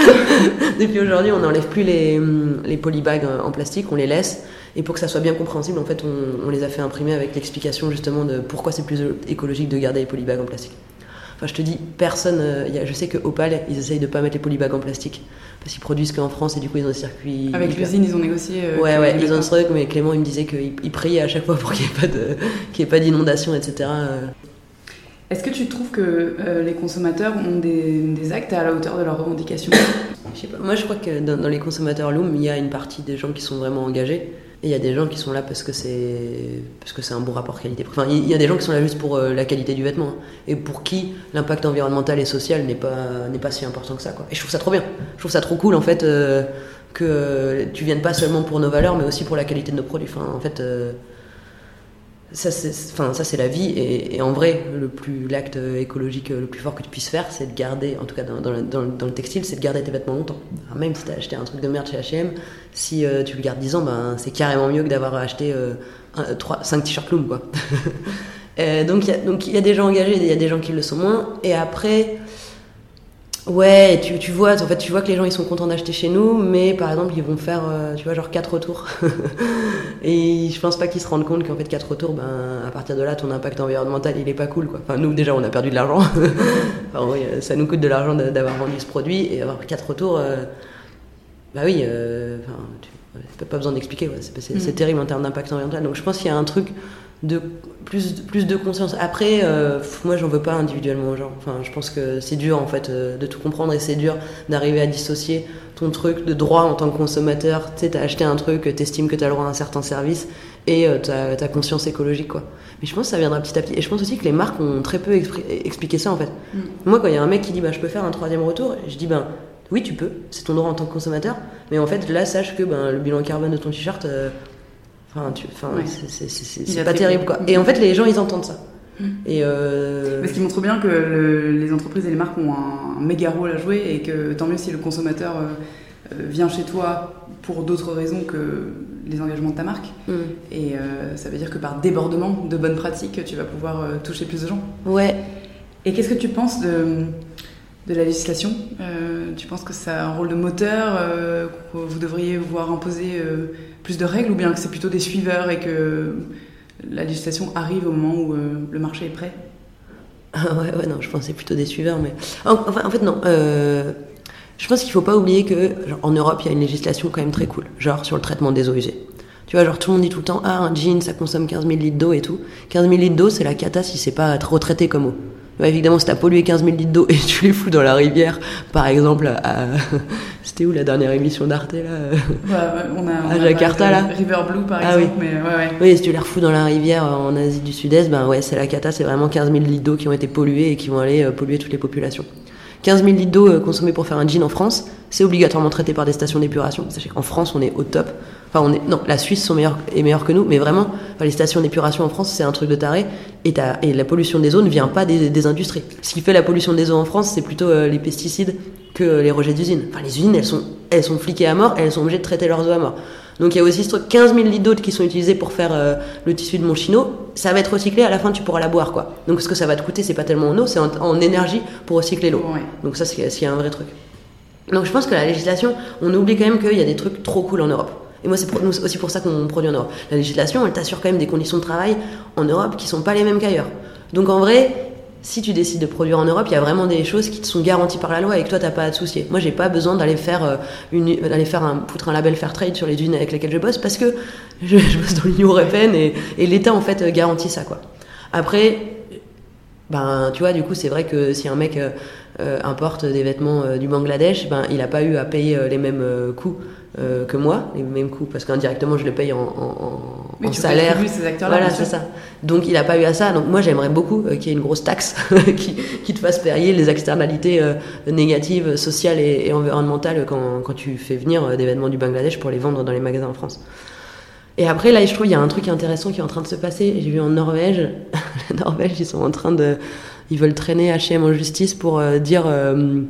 depuis aujourd'hui, on n'enlève plus les, les polybags en plastique, on les laisse. Et pour que ça soit bien compréhensible, en fait, on, on les a fait imprimer avec l'explication justement de pourquoi c'est plus écologique de garder les polybags en plastique. Enfin, je te dis, personne. Euh, y a, je sais que Opal, ils essayent de pas mettre les polybags en plastique parce qu'ils produisent qu'en France et du coup ils ont des circuits. Avec hyper... l'usine, ils ont négocié. Euh, ouais, ouais, ils ont ce truc, mais Clément il me disait qu'il il priait à chaque fois pour qu'il n'y ait pas de, qu'il y ait pas d'inondation, et cetera. Est-ce que tu trouves que euh, les consommateurs ont des, des actes à la hauteur de leurs revendications ? Je sais pas. Moi, je crois que dans, dans les consommateurs Loom, il y a une partie des gens qui sont vraiment engagés. Et il y a des gens qui sont là parce que c'est parce que c'est un bon rapport qualité. Enfin, il y a des gens qui sont là juste pour euh, la qualité du vêtement, hein, et pour qui l'impact environnemental et social n'est pas n'est pas si important que ça, quoi. Et je trouve ça trop bien. Je trouve ça trop cool en fait euh, que euh, tu viennes pas seulement pour nos valeurs, mais aussi pour la qualité de nos produits. Enfin, en fait, euh, ça c'est enfin ça c'est la vie. Et, et en vrai, le plus l'acte écologique le plus fort que tu puisses faire, c'est de garder, en tout cas dans dans le, dans, dans le textile, c'est de garder tes vêtements longtemps. Alors même si t'as acheté un truc de merde chez H et M, si euh, tu le gardes dix ans, ben, c'est carrément mieux que d'avoir acheté euh, cinq t-shirts Loom, quoi. euh, donc il y a, donc, y a des gens engagés, il y a des gens qui le sont moins. Et après, ouais, tu, tu, vois, en fait, tu vois que les gens ils sont contents d'acheter chez nous, mais par exemple, ils vont faire euh, tu vois, genre quatre retours. Et je pense pas qu'ils se rendent compte qu'en fait, quatre retours, ben, à partir de là, ton impact environnemental, il est pas cool, quoi. Enfin, nous, déjà, on a perdu de l'argent. Enfin, oui, ça nous coûte de l'argent d'avoir vendu ce produit, et avoir quatre retours. Euh, Bah oui, euh, tu, pas besoin d'expliquer, ouais, c'est, c'est, mmh. c'est terrible en termes d'impact environnemental. Donc je pense qu'il y a un truc de plus plus de conscience. Après, euh, moi, j'en veux pas individuellement aux gens. Enfin, je pense que c'est dur en fait euh, de tout comprendre et c'est dur d'arriver à dissocier ton truc de droit en tant que consommateur. Tu sais, t'as acheté un truc, t'estimes que t'as le droit à un certain service et euh, ta, ta conscience écologique, quoi. Mais je pense que ça viendra petit à petit. Et je pense aussi que les marques ont très peu expri- expliqué ça en fait. Mm. Moi, quand il y a un mec qui dit bah je peux faire un troisième retour, je dis ben oui, tu peux, c'est ton droit en tant que consommateur. Mais en fait, là, sache que ben le bilan carbone de ton t-shirt. Euh, Enfin, tu, enfin ouais. c'est, c'est, c'est, c'est pas terrible quoi. Et en fait, les gens ils entendent ça. Mmh. Et euh... Parce qu'il montre bien que le, les entreprises et les marques ont un, un méga rôle à jouer et que tant mieux si le consommateur euh, vient chez toi pour d'autres raisons que les engagements de ta marque. Mmh. Et euh, ça veut dire que par débordement de bonnes pratiques, tu vas pouvoir euh, toucher plus de gens. Ouais. Et qu'est-ce que tu penses de, de la législation ? euh, Tu penses que ça a un rôle de moteur, euh, que vous devriez voir imposer euh, plus de règles, ou bien que c'est plutôt des suiveurs et que la législation arrive au moment où euh, le marché est prêt ? Ah ouais, ouais, non, je pense que c'est plutôt des suiveurs, mais... Enfin, en fait, non. Euh, je pense qu'il faut pas oublier que, genre, en Europe, il y a une législation quand même très cool, genre sur le traitement des eaux usées. Tu vois, genre, tout le monde dit tout le temps, ah, un jean, ça consomme quinze mille litres d'eau et tout. quinze mille litres d'eau, c'est la cata si c'est pas retraité comme eau. Ouais, évidemment, si t'as pollué quinze mille litres d'eau et tu les fous dans la rivière, par exemple, à... c'était où la dernière émission d'Arte, là ouais, on a, on à Jakarta, là River Blue, par ah, exemple, oui. mais ouais, ouais. Oui, si tu les refous dans la rivière en Asie du Sud-Est, ben ouais, c'est la cata, c'est vraiment quinze mille litres d'eau qui ont été pollués et qui vont aller euh, polluer toutes les populations. quinze mille litres d'eau euh, consommée pour faire un jean en France, c'est obligatoirement traité par des stations d'épuration. Sachez qu'en France, on est au top. Enfin, on est, non, la Suisse sont meilleurs, est meilleure que nous, mais vraiment, enfin, les stations d'épuration en France, c'est un truc de taré. Et, et la pollution des eaux ne vient pas des, des industries. Ce qui fait la pollution des eaux en France, c'est plutôt euh, les pesticides que euh, les rejets d'usines. Enfin, les usines, elles sont, elles sont fliquées à mort, et elles sont obligées de traiter leurs eaux à mort. Donc il y a aussi ce truc, quinze mille litres d'eau qui sont utilisés pour faire euh, le tissu de mon chino, ça va être recyclé, à la fin tu pourras la boire, quoi. Donc ce que ça va te coûter, c'est pas tellement en eau, c'est en, en énergie pour recycler l'eau. Ouais. Donc ça, c'est, c'est un vrai truc. Donc je pense que la législation, on oublie quand même qu'il y a des trucs trop cool en Europe. Et moi, c'est aussi pour ça qu'on produit en Europe. La législation, elle t'assure quand même des conditions de travail en Europe qui sont pas les mêmes qu'ailleurs. Donc en vrai, si tu décides de produire en Europe, il y a vraiment des choses qui te sont garanties par la loi et que toi, t'as pas à te soucier. Moi, j'ai pas besoin d'aller faire une, d'aller faire un, foutre un label Fairtrade sur les usines avec lesquelles je bosse parce que je, je bosse dans l'Union européenne et, et l'État, en fait, garantit ça, quoi. Après, ben, tu vois, du coup, c'est vrai que si un mec euh, euh, importe des vêtements euh, du Bangladesh, ben, il a pas eu à payer euh, les mêmes euh, coûts euh, que moi, les mêmes coûts, parce qu'indirectement, je le paye en, en, en, en salaire. Ces acteurs-là, voilà, c'est ça. Donc, il a pas eu à ça. Donc, moi, j'aimerais beaucoup euh, qu'il y ait une grosse taxe qui, qui te fasse payer les externalités euh, négatives, sociales et, et environnementales quand, quand tu fais venir euh, des vêtements du Bangladesh pour les vendre dans les magasins en France. Et après, là, je trouve qu'il y a un truc intéressant qui est en train de se passer. J'ai vu en Norvège, la Norvège, ils sont en train de... Ils veulent traîner H et M en justice pour euh, dire... Euh,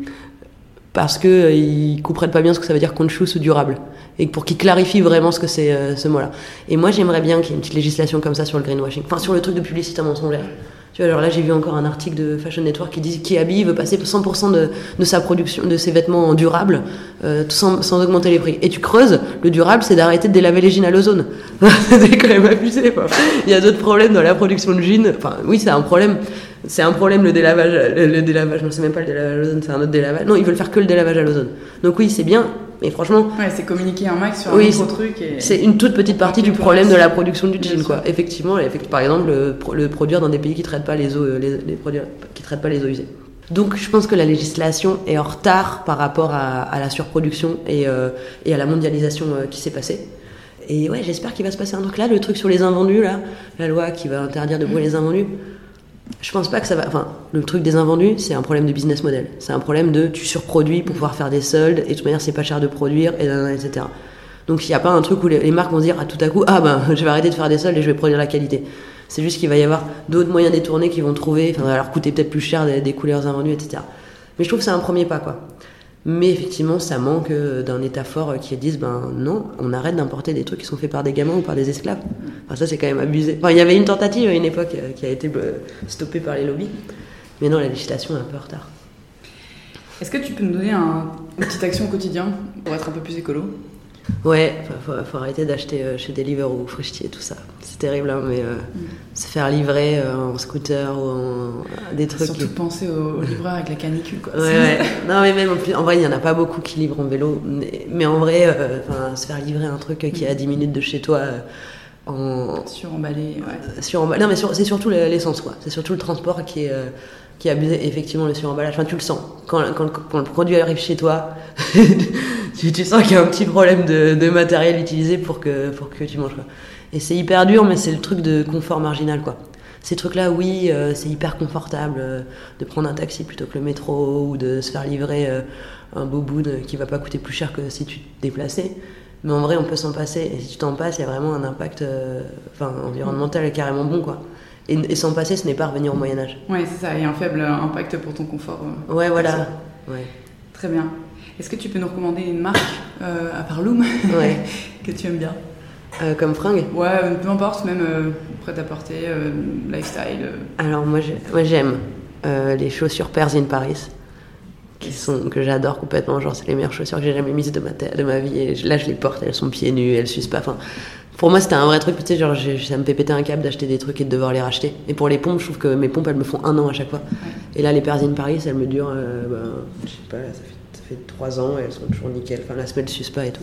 parce qu'ils euh, ne comprennent pas bien ce que ça veut dire conscious ou durable. Et pour qu'ils clarifient vraiment ce que c'est euh, ce mot-là. Et moi, j'aimerais bien qu'il y ait une petite législation comme ça sur le greenwashing. Enfin, sur le truc de publicité mensongère. Tu vois, genre là, j'ai vu encore un article de Fashion Network qui dit qu'Kiabi veut passer cent pour cent de, de sa production, de ses vêtements en durable, euh, sans, sans augmenter les prix. Et tu creuses, le durable, c'est d'arrêter de délaver les jeans à l'ozone. C'est quand même abusé, quoi. Il y a d'autres problèmes dans la production de jeans. Enfin, oui, c'est un problème. C'est un problème, le délavage, le, le délavage, non, c'est même pas le délavage à l'ozone, c'est un autre délavage. Non, ils veulent faire que le délavage à l'ozone. Donc oui, c'est bien, mais franchement... Ouais, c'est communiquer un max sur oui, un gros truc. Et... c'est une toute petite partie du problème de la production du jean, quoi. Effectivement, par exemple, le, le produire dans des pays qui traitent pas les eaux, les, les produire, qui traitent pas les eaux usées. Donc je pense que la législation est en retard par rapport à, à la surproduction et, euh, et à la mondialisation euh, qui s'est passée. Et ouais, j'espère qu'il va se passer un truc là, le truc sur les invendus, là, la loi qui va interdire de brûler les invendus. Je pense pas que ça va... Enfin, le truc des invendus, c'est un problème de business model. C'est un problème de tu surproduis pour pouvoir faire des soldes, et de toute manière, c'est pas cher de produire, et, et cetera. Donc, il n'y a pas un truc où les, les marques vont se dire, ah, tout à coup, ah ben, je vais arrêter de faire des soldes et je vais produire la qualité. C'est juste qu'il va y avoir d'autres moyens détournés qui vont trouver, enfin, ça va leur coûter peut-être plus cher des, des couleurs invendues, et cetera. Mais je trouve que c'est un premier pas, quoi. Mais effectivement, ça manque d'un État fort qui dise, ben non, on arrête d'importer des trucs qui sont faits par des gamins ou par des esclaves. Enfin, ça, c'est quand même abusé. Enfin, il y avait une tentative à une époque qui a été stoppée par les lobbies. Mais non, la législation est un peu en retard. Est-ce que tu peux nous donner un, une petite action au quotidien pour être un peu plus écolo ? Ouais, faut, faut arrêter d'acheter euh, chez Deliveroo ou Frischti et tout ça. C'est terrible, hein, mais euh, mm. se faire livrer euh, en scooter ou en euh, des trucs. Surtout qui... penser aux, aux livreurs avec la canicule, quoi. Ouais, ouais. Non, mais même en, plus, en vrai, il n'y en a pas beaucoup qui livrent en vélo. Mais, mais en vrai, euh, se faire livrer un truc qui est à dix minutes de chez toi, euh, en... Suremballé, ouais. Suremballé. Non, mais sur... c'est surtout l'essence, quoi. C'est surtout le transport qui est, euh, qui est abusé, effectivement, le suremballage. Enfin, tu le sens. Quand, quand, quand le produit arrive chez toi, tu, tu sens qu'il y a un petit problème de, de matériel utilisé pour que, pour que tu manges, quoi. Et c'est hyper dur, mais c'est le truc de confort marginal, quoi. Ces trucs-là, oui, euh, c'est hyper confortable euh, de prendre un taxi plutôt que le métro ou de se faire livrer euh, un boboon qui va pas coûter plus cher que si tu te déplaçais. Mais en vrai, on peut s'en passer. Et si tu t'en passes, il y a vraiment un impact euh, enfin, environnemental et carrément bon, quoi. Et, et s'en passer, ce n'est pas revenir au Moyen-Âge. Ouais, c'est ça. Et un faible impact pour ton confort. Euh, ouais, voilà. Ouais. Très bien. Est-ce que tu peux nous recommander une marque, euh, à part Loom, ouais. que tu aimes bien? Euh, comme fringue? Ouais, peu importe, même euh, prêt-à-porter, euh, lifestyle. Euh. Alors moi, j'ai, moi j'aime euh, les chaussures Pears in Paris, qui sont, que j'adore complètement. Genre, c'est les meilleures chaussures que j'ai jamais mises de ma, de ma vie. Et là, je les porte, elles sont pieds nus, elles s'usent pas. Enfin, pour moi, c'était un vrai truc. Tu sais, genre, j'ai, ça me fait péter un câble d'acheter des trucs et de devoir les racheter. Et pour les pompes, je trouve que mes pompes, elles me font un an à chaque fois. Ouais. Et là, les Pears in Paris, elles me durent, euh, ben, je sais pas, là, ça fait, ça fait trois ans, et elles sont toujours nickel. Enfin, la semelle s'use pas et tout.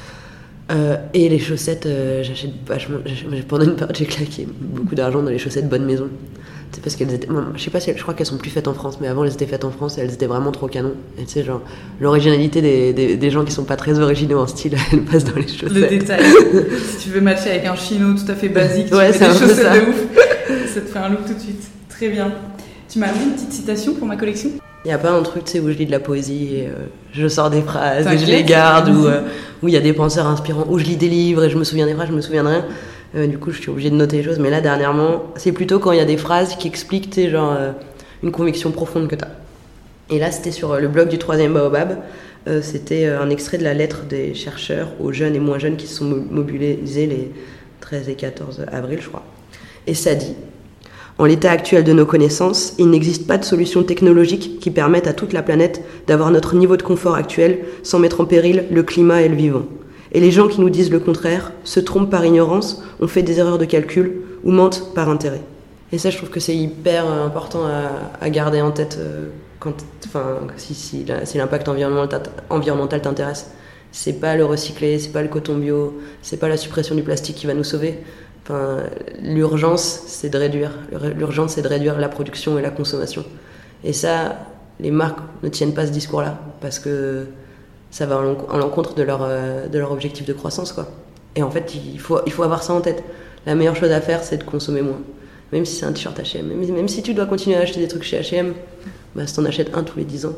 Euh, et les chaussettes, euh, j'achète vachement. J'achète, pendant une période, j'ai claqué beaucoup d'argent dans les chaussettes Bonne Maison. C'est parce qu'elles étaient. Je sais pas si. Je crois qu'elles sont plus faites en France, mais avant elles étaient faites en France et elles étaient vraiment trop canon. Et tu sais, genre, l'originalité des, des, des gens qui sont pas très originaux en style, elle passe dans les chaussettes. Le détail. Si tu veux matcher avec un chino tout à fait basique, tu ouais, mets des chaussettes ça. de ouf. Ça te fait un look tout de suite. Très bien. Tu m'as amené une petite citation pour ma collection? Il n'y a pas un truc, tu sais, où je lis de la poésie et euh, je sors des phrases et je les garde, ou euh, où il y a des penseurs inspirants, où je lis des livres et je me souviens des phrases, je me souviens de rien. Euh, du coup, je suis obligée de noter les choses. Mais là, dernièrement, c'est plutôt quand il y a des phrases qui expliquent, tu sais, genre, euh, une conviction profonde que tu as. Et là, c'était sur euh, le blog du troisième Baobab. Euh, c'était euh, un extrait de la lettre des chercheurs aux jeunes et moins jeunes qui se sont mobilisés les treize et quatorze avril, je crois. Et ça dit... En l'état actuel de nos connaissances, il n'existe pas de solution technologique qui permette à toute la planète d'avoir notre niveau de confort actuel sans mettre en péril le climat et le vivant. Et les gens qui nous disent le contraire se trompent par ignorance, ont fait des erreurs de calcul ou mentent par intérêt. Et ça, je trouve que c'est hyper important à, à garder en tête euh, quand, enfin, si, si, si l'impact environnemental, environnemental t'intéresse. C'est pas le recycler, c'est pas le coton bio, c'est pas la suppression du plastique qui va nous sauver. Enfin, l'urgence, c'est de réduire. L'urgence, c'est de réduire la production et la consommation. Et ça, les marques ne tiennent pas ce discours-là parce que ça va en l'encontre de leur, de leur objectif de croissance, quoi. Et en fait, il faut, il faut avoir ça en tête. La meilleure chose à faire, c'est de consommer moins. Même si c'est un t-shirt H et M. Même, même si tu dois continuer à acheter des trucs chez H et M, bah, si t'en achètes un tous les dix ans,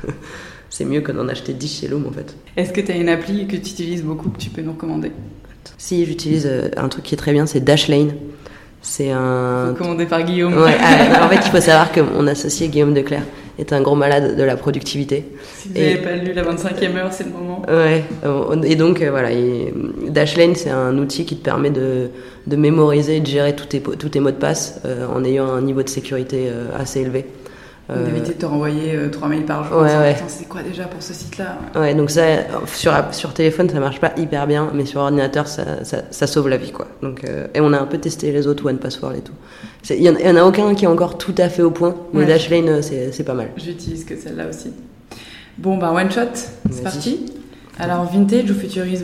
c'est mieux que d'en acheter dix chez Loom, en fait. Est-ce que tu as une appli que tu utilises beaucoup, que tu peux nous recommander? Si, j'utilise euh, un truc qui est très bien, c'est Dashlane. C'est un... Recommandé par Guillaume. Ouais, euh, en fait, il faut savoir que mon associé Guillaume Declercq est un gros malade de la productivité. Si vous n'avez pas lu la vingt-cinquième heure, c'est le moment. Ouais, et donc euh, voilà, il... Dashlane, c'est un outil qui te permet de, de mémoriser et de gérer tous tes, tous tes mots de passe euh, en ayant un niveau de sécurité euh, assez élevé. Euh... d'éviter de te renvoyer euh, trois mails par jour. Ouais, ouais. C'est quoi déjà pour ce site-là? Ouais, donc ça, sur, sur téléphone, ça marche pas hyper bien, mais sur ordinateur, ça, ça, ça sauve la vie, quoi. Donc, euh, et on a un peu testé les autres, one password et tout. Il y, y en a aucun qui est encore tout à fait au point, mais ouais. Dashlane, c'est, c'est pas mal. J'utilise que celle-là aussi. Bon, bah, one shot, c'est Vas-y. Parti. Alors, vintage ou futurisme?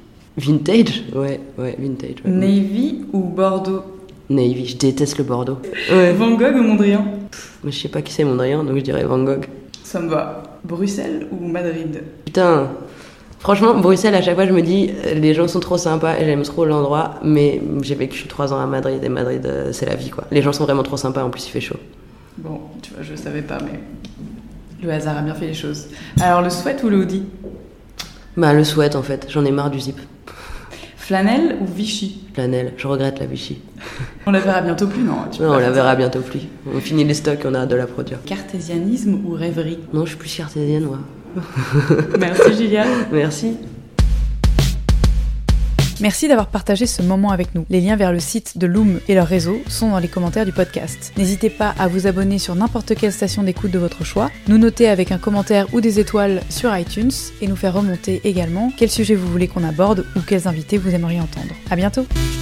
Vintage? Ouais, ouais, vintage. Ouais. Navy ou Bordeaux? Navy, je déteste le Bordeaux. Ouais. Van Gogh ou Mondrian? Mais je sais pas qui c'est Mondrian, donc je dirais Van Gogh. Ça me va. Bruxelles ou Madrid? Putain, franchement, Bruxelles, à chaque fois, je me dis, les gens sont trop sympas et j'aime trop l'endroit, mais j'ai vécu trois ans à Madrid et Madrid, c'est la vie, quoi. Les gens sont vraiment trop sympas, en plus, il fait chaud. Bon, tu vois, je savais pas, mais le hasard a bien fait les choses. Alors, le sweat ou le hoodie? Bah, le sweat, en fait. J'en ai marre du zip. Flanelle ou Vichy? Flanelle, je regrette la Vichy. On la verra bientôt plus, non? Tu Non, on la verra bientôt plus. On finit les stocks, on a hâte de la produire. Cartésianisme ou rêverie? Non, je suis plus cartésienne, moi. Merci, Julia. Merci. Merci d'avoir partagé ce moment avec nous. Les liens vers le site de Loom et leur réseau sont dans les commentaires du podcast. N'hésitez pas à vous abonner sur n'importe quelle station d'écoute de votre choix, nous noter avec un commentaire ou des étoiles sur iTunes et nous faire remonter également quel sujet vous voulez qu'on aborde ou quels invités vous aimeriez entendre. À bientôt.